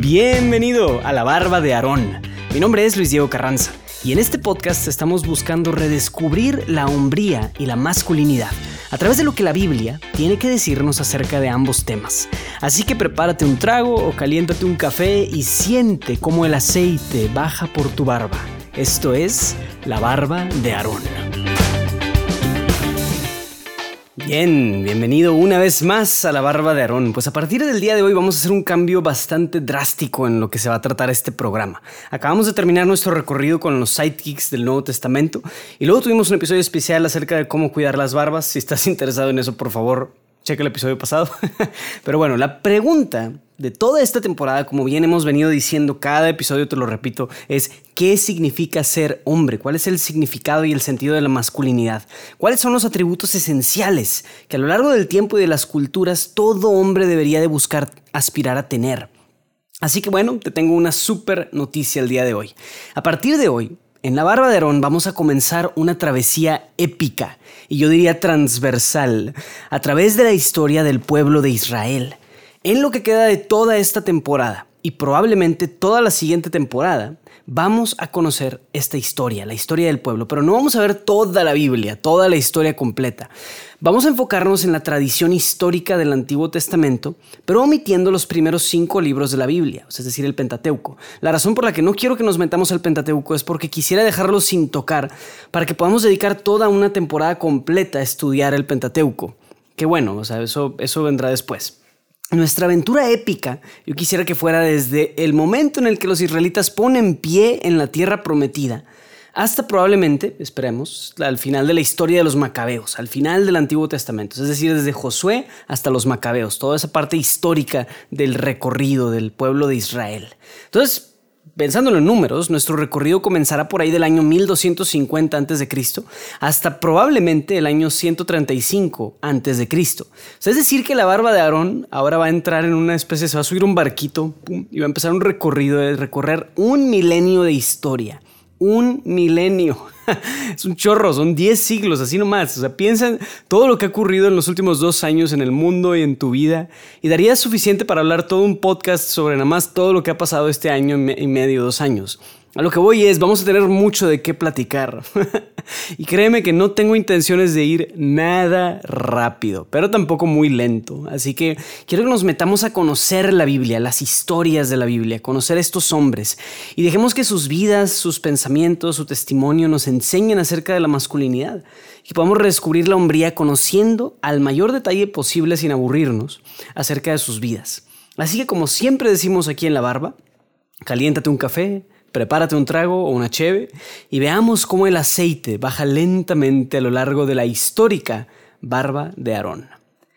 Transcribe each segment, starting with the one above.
Bienvenido a La Barba de Aarón. Mi nombre es Luis Diego Carranza y en este podcast estamos buscando redescubrir la hombría y la masculinidad a través de lo que la Biblia tiene que decirnos acerca de ambos temas. Así que prepárate un trago o caliéntate un café y siente cómo el aceite baja por tu barba. Esto es La Barba de Aarón. Bienvenido una vez más a La Barba de Aarón. Pues a partir del día de hoy vamos a hacer un cambio bastante drástico en lo que se va a tratar este programa. Acabamos de terminar nuestro recorrido con los sidekicks del Nuevo Testamento y luego tuvimos un episodio especial acerca de cómo cuidar las barbas. Si estás interesado en eso, por favor, checa el episodio pasado. Pero bueno, la pregunta de toda esta temporada, como bien hemos venido diciendo, cada episodio te lo repito, es ¿qué significa ser hombre? ¿Cuál es el significado y el sentido de la masculinidad? ¿Cuáles son los atributos esenciales que a lo largo del tiempo y de las culturas todo hombre debería de buscar aspirar a tener? Así que bueno, te tengo una súper noticia el día de hoy. A partir de hoy, en La Barba de Aarón vamos a comenzar una travesía épica, y yo diría transversal, a través de la historia del pueblo de Israel. En lo que queda de toda esta temporada, y probablemente toda la siguiente temporada, vamos a conocer esta historia, la historia del pueblo, pero no vamos a ver toda la Biblia, toda la historia completa. Vamos a enfocarnos en la tradición histórica del Antiguo Testamento, pero omitiendo los primeros 5 libros de la Biblia, es decir, el Pentateuco. La razón por la que no quiero que nos metamos al Pentateuco es porque quisiera dejarlo sin tocar para que podamos dedicar toda una temporada completa a estudiar el Pentateuco. Que bueno, eso vendrá después. Nuestra aventura épica, yo quisiera que fuera desde el momento en el que los israelitas ponen pie en la tierra prometida, hasta probablemente, esperemos, al final de la historia de los macabeos, al final del Antiguo Testamento, es decir, desde Josué hasta los macabeos, toda esa parte histórica del recorrido del pueblo de Israel. Entonces, pensándolo en números, nuestro recorrido comenzará por ahí del año 1250 a.C. hasta probablemente el año 135 a.C. Es decir, que la barba de Aarón ahora va a entrar en una especie, se va a subir un barquito y va a empezar un recorrido de recorrer 1 milenio de historia. 1 milenio. Es un chorro, son 10 siglos, así nomás. O sea, piensa en todo lo que ha ocurrido en los últimos 2 años en el mundo y en tu vida. Y daría suficiente para hablar todo un podcast sobre nada más todo lo que ha pasado este año y medio, 2 años. A lo que voy es, vamos a tener mucho de qué platicar. Y créeme que no tengo intenciones de ir nada rápido, pero tampoco muy lento. Así que quiero que nos metamos a conocer la Biblia, las historias de la Biblia, conocer a estos hombres. Y dejemos que sus vidas, sus pensamientos, su testimonio nos enseñen acerca de la masculinidad. Y podamos redescubrir la hombría conociendo al mayor detalle posible sin aburrirnos acerca de sus vidas. Así que como siempre decimos aquí en La Barba, caliéntate un café, prepárate un trago o una cheve y veamos cómo el aceite baja lentamente a lo largo de la histórica barba de Aarón.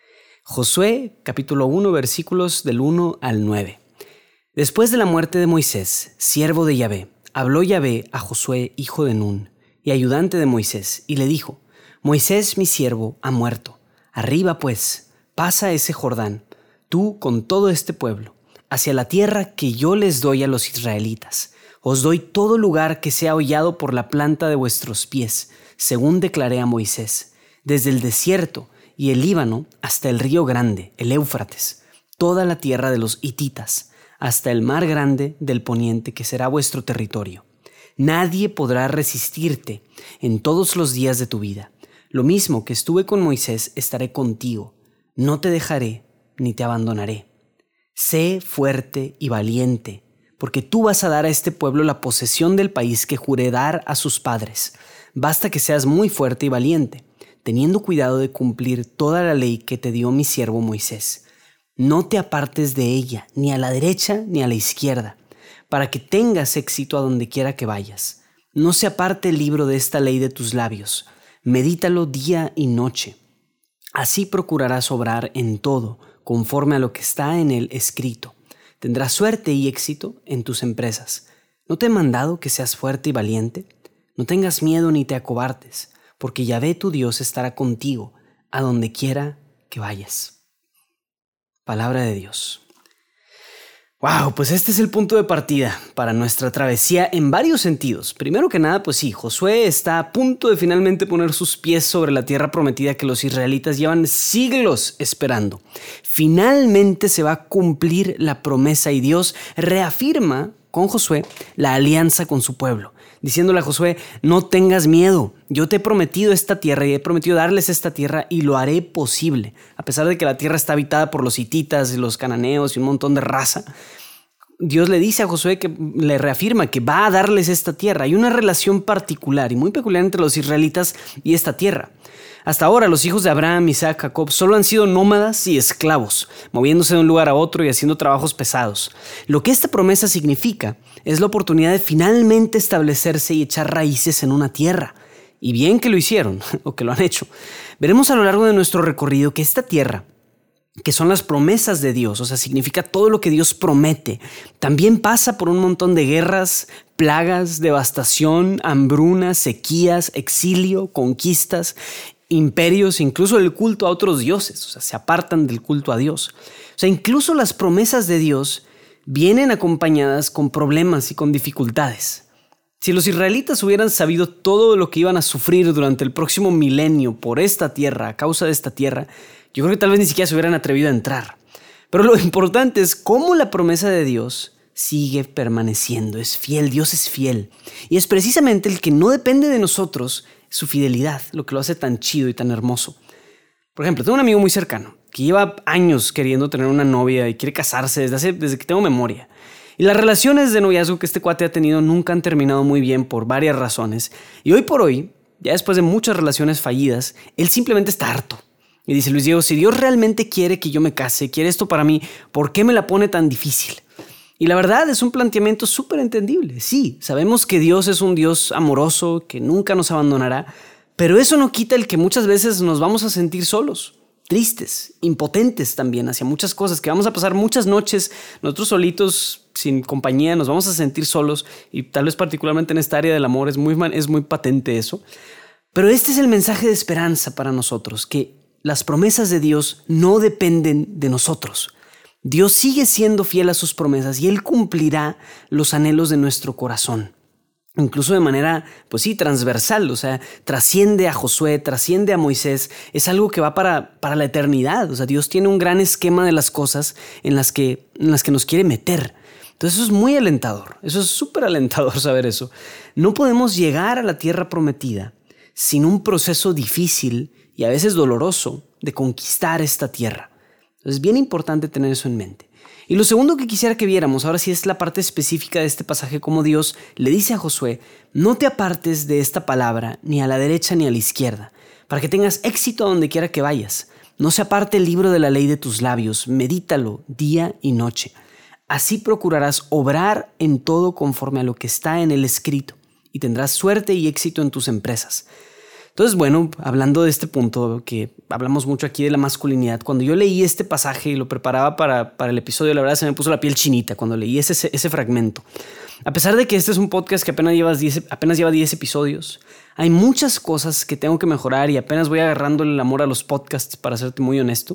Josué, capítulo 1, versículos del 1 al 9. Después de la muerte de Moisés, siervo de Yahvé, habló Yahvé a Josué, hijo de Nun, y ayudante de Moisés, y le dijo: Moisés, mi siervo, ha muerto. Arriba, pues, pasa ese Jordán, tú con todo este pueblo, hacia la tierra que yo les doy a los israelitas. Os doy todo lugar que sea hollado por la planta de vuestros pies, según declaré a Moisés, desde el desierto y el Líbano hasta el río grande, el Éufrates, toda la tierra de los hititas, hasta el mar grande del poniente que será vuestro territorio. Nadie podrá resistirte en todos los días de tu vida. Lo mismo que estuve con Moisés, estaré contigo. No te dejaré ni te abandonaré. Sé fuerte y valiente, porque tú vas a dar a este pueblo la posesión del país que juré dar a sus padres. Basta que seas muy fuerte y valiente, teniendo cuidado de cumplir toda la ley que te dio mi siervo Moisés. No te apartes de ella, ni a la derecha ni a la izquierda, para que tengas éxito a donde quiera que vayas. No se aparte el libro de esta ley de tus labios. Medítalo día y noche. Así procurarás obrar en todo, conforme a lo que está en él escrito. Tendrás suerte y éxito en tus empresas. ¿No te he mandado que seas fuerte y valiente? No tengas miedo ni te acobardes, porque Yahvé tu Dios estará contigo a donde quiera que vayas. Palabra de Dios. Wow, pues este es el punto de partida para nuestra travesía en varios sentidos. Primero que nada, pues sí, Josué está a punto de finalmente poner sus pies sobre la tierra prometida que los israelitas llevan siglos esperando. Finalmente se va a cumplir la promesa y Dios reafirma con Josué la alianza con su pueblo, diciéndole a Josué: no tengas miedo, yo te he prometido esta tierra y he prometido darles esta tierra y lo haré posible. A pesar de que la tierra está habitada por los hititas y los cananeos y un montón de raza, Dios le dice a Josué, que le reafirma que va a darles esta tierra. Hay una relación particular y muy peculiar entre los israelitas y esta tierra. Hasta ahora los hijos de Abraham, Isaac, Jacob solo han sido nómadas y esclavos, moviéndose de un lugar a otro y haciendo trabajos pesados. Lo que esta promesa significa es la oportunidad de finalmente establecerse y echar raíces en una tierra. Y bien que lo hicieron, o que lo han hecho. Veremos a lo largo de nuestro recorrido que esta tierra, que son las promesas de Dios, o sea, significa todo lo que Dios promete, también pasa por un montón de guerras, plagas, devastación, hambruna, sequías, exilio, conquistas, imperios, incluso el culto a otros dioses, o sea, se apartan del culto a Dios. O sea, incluso las promesas de Dios vienen acompañadas con problemas y con dificultades. Si los israelitas hubieran sabido todo lo que iban a sufrir durante el próximo milenio por esta tierra, a causa de esta tierra, yo creo que tal vez ni siquiera se hubieran atrevido a entrar. Pero lo importante es cómo la promesa de Dios sigue permaneciendo. Es fiel, Dios es fiel. Y es precisamente el que no depende de nosotros, su fidelidad, lo que lo hace tan chido y tan hermoso. Por ejemplo, tengo un amigo muy cercano que lleva años queriendo tener una novia y quiere casarse desde que tengo memoria. Y las relaciones de noviazgo que este cuate ha tenido nunca han terminado muy bien por varias razones. Y hoy por hoy, ya después de muchas relaciones fallidas, él simplemente está harto. Y dice: Luis Diego, si Dios realmente quiere que yo me case, quiere esto para mí, ¿por qué me la pone tan difícil? Y la verdad es un planteamiento súper entendible. Sí, sabemos que Dios es un Dios amoroso, que nunca nos abandonará, pero eso no quita el que muchas veces nos vamos a sentir solos, tristes, impotentes también hacia muchas cosas, que vamos a pasar muchas noches nosotros solitos, sin compañía, nos vamos a sentir solos, y tal vez particularmente en esta área del amor es muy patente eso. Pero este es el mensaje de esperanza para nosotros, que las promesas de Dios no dependen de nosotros. Dios sigue siendo fiel a sus promesas y Él cumplirá los anhelos de nuestro corazón. Incluso de manera, pues sí, transversal, o sea, trasciende a Josué, trasciende a Moisés, es algo que va para la eternidad. O sea, Dios tiene un gran esquema de las cosas en las que nos quiere meter. Entonces eso es muy alentador, eso es súper alentador saber eso. No podemos llegar a la tierra prometida sin un proceso difícil y a veces doloroso de conquistar esta tierra. Entonces es bien importante tener eso en mente. Y lo segundo que quisiera que viéramos, ahora sí, es la parte específica de este pasaje, como Dios le dice a Josué: no te apartes de esta palabra ni a la derecha ni a la izquierda, para que tengas éxito a donde quiera que vayas. No se aparte el libro de la ley de tus labios, medítalo día y noche. Así procurarás obrar en todo conforme a lo que está en el escrito, y tendrás suerte y éxito en tus empresas. Entonces, bueno, hablando de este punto, que hablamos mucho aquí de la masculinidad, cuando yo leí este pasaje y lo preparaba para el episodio, la verdad se me puso la piel chinita cuando leí ese fragmento. A pesar de que este es un podcast que apenas lleva 10 episodios, hay muchas cosas que tengo que mejorar y apenas voy agarrando el amor a los podcasts, para serte muy honesto.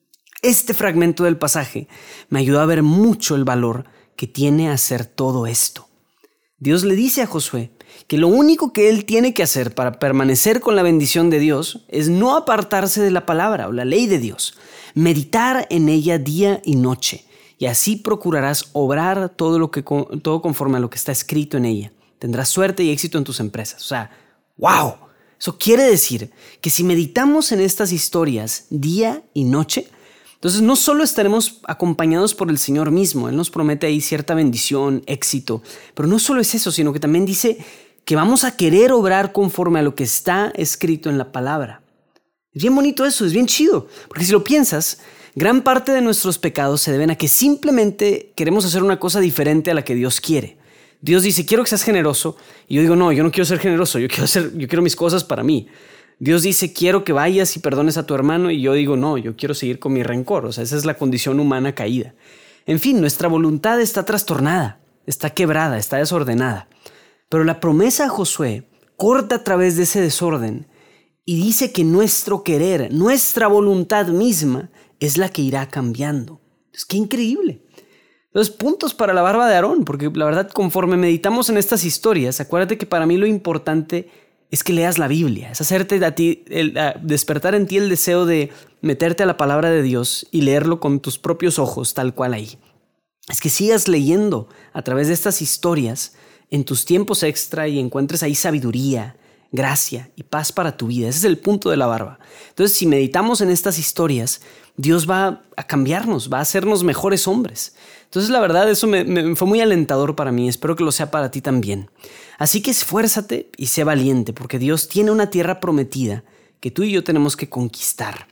Este fragmento del pasaje me ayudó a ver mucho el valor que tiene hacer todo esto. Dios le dice a Josué que lo único que él tiene que hacer para permanecer con la bendición de Dios es no apartarse de la palabra o la ley de Dios, meditar en ella día y noche, y así procurarás obrar todo conforme a lo que está escrito en ella. Tendrás suerte y éxito en tus empresas. O sea, ¡wow! Eso quiere decir que si meditamos en estas historias día y noche, entonces no solo estaremos acompañados por el Señor mismo, Él nos promete ahí cierta bendición, éxito, pero no solo es eso, sino que también dice que vamos a querer obrar conforme a lo que está escrito en la palabra. Es bien bonito eso, es bien chido, porque si lo piensas, gran parte de nuestros pecados se deben a que simplemente queremos hacer una cosa diferente a la que Dios quiere. Dios dice: quiero que seas generoso, y yo digo: no, yo no quiero ser generoso, yo quiero mis cosas para mí. Dios dice: quiero que vayas y perdones a tu hermano, y yo digo: no, yo quiero seguir con mi rencor. O sea, esa es la condición humana caída. En fin, nuestra voluntad está trastornada, está quebrada, está desordenada. Pero la promesa a Josué corta a través de ese desorden y dice que nuestro querer, nuestra voluntad misma, es la que irá cambiando. Es que increíble. Entonces, puntos para la barba de Aarón, porque la verdad, conforme meditamos en estas historias, acuérdate que para mí lo importante es que leas la Biblia, es hacerte a ti, despertar en ti el deseo de meterte a la palabra de Dios y leerlo con tus propios ojos, tal cual ahí. Es que sigas leyendo a través de estas historias en tus tiempos extra y encuentres ahí sabiduría, gracia y paz para tu vida. Ese es el punto de la barba. Entonces, si meditamos en estas historias, Dios va a cambiarnos, va a hacernos mejores hombres. Entonces, la verdad, eso me fue muy alentador para mí. Espero que lo sea para ti también. Así que esfuérzate y sé valiente, porque Dios tiene una tierra prometida que tú y yo tenemos que conquistar.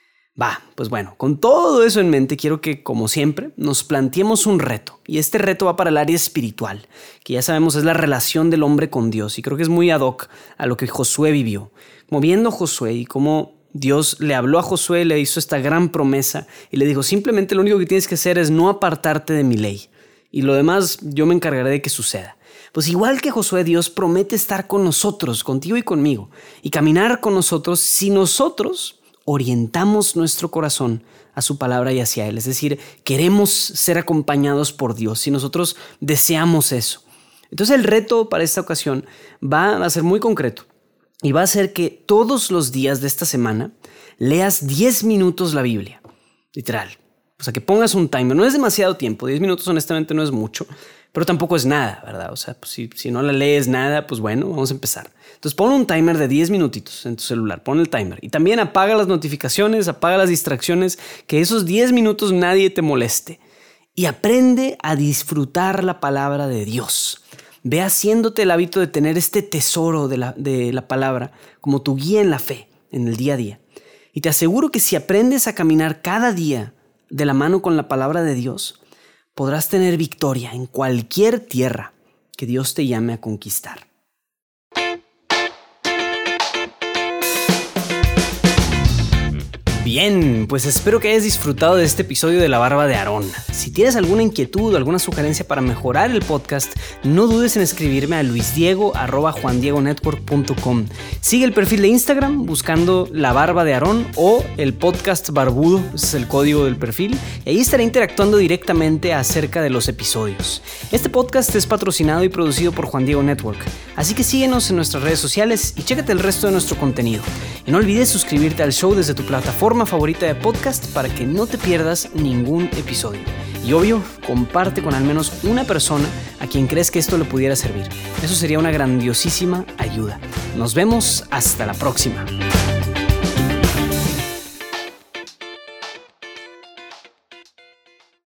Pues bueno, con todo eso en mente, quiero que, como siempre, nos planteemos un reto. Y este reto va para el área espiritual, que ya sabemos es la relación del hombre con Dios. Y creo que es muy ad hoc a lo que Josué vivió. Como viendo Josué y cómo Dios le habló a Josué, le hizo esta gran promesa y le dijo, simplemente lo único que tienes que hacer es no apartarte de mi ley. Y lo demás yo me encargaré de que suceda. Pues igual que Josué, Dios promete estar con nosotros, contigo y conmigo, y caminar con nosotros si nosotros orientamos nuestro corazón a su palabra y hacia Él. Es decir, queremos ser acompañados por Dios si nosotros deseamos eso. Entonces el reto para esta ocasión va a ser muy concreto y va a ser que todos los días de esta semana leas 10 minutos la Biblia. Literal. O sea, que pongas un timer. No es demasiado tiempo. 10 minutos honestamente no es mucho, pero tampoco es nada, ¿verdad? O sea, pues si no la lees nada, pues bueno, vamos a empezar. Entonces pon un timer de 10 minutitos en tu celular, pon el timer. Y también apaga las notificaciones, apaga las distracciones, que esos 10 minutos nadie te moleste. Y aprende a disfrutar la palabra de Dios. Ve haciéndote el hábito de tener este tesoro de la palabra como tu guía en la fe, en el día a día. Y te aseguro que si aprendes a caminar cada día de la mano con la palabra de Dios, podrás tener victoria en cualquier tierra que Dios te llame a conquistar. Bien, pues espero que hayas disfrutado de este episodio de La Barba de Aarón. Si tienes alguna inquietud o alguna sugerencia para mejorar el podcast, no dudes en escribirme a luisdiego@juandiegonetwork.com. Sigue el perfil de Instagram buscando La Barba de Aarón o el podcast barbudo, ese es el código del perfil, y ahí estaré interactuando directamente acerca de los episodios. Este podcast es patrocinado y producido por Juan Diego Network, así que síguenos en nuestras redes sociales y chécate el resto de nuestro contenido. Y no olvides suscribirte al show desde tu plataforma favorita de podcast para que no te pierdas ningún episodio. Y obvio, comparte con al menos una persona a quien crees que esto le pudiera servir. Eso sería una grandiosísima ayuda. Nos vemos hasta la próxima.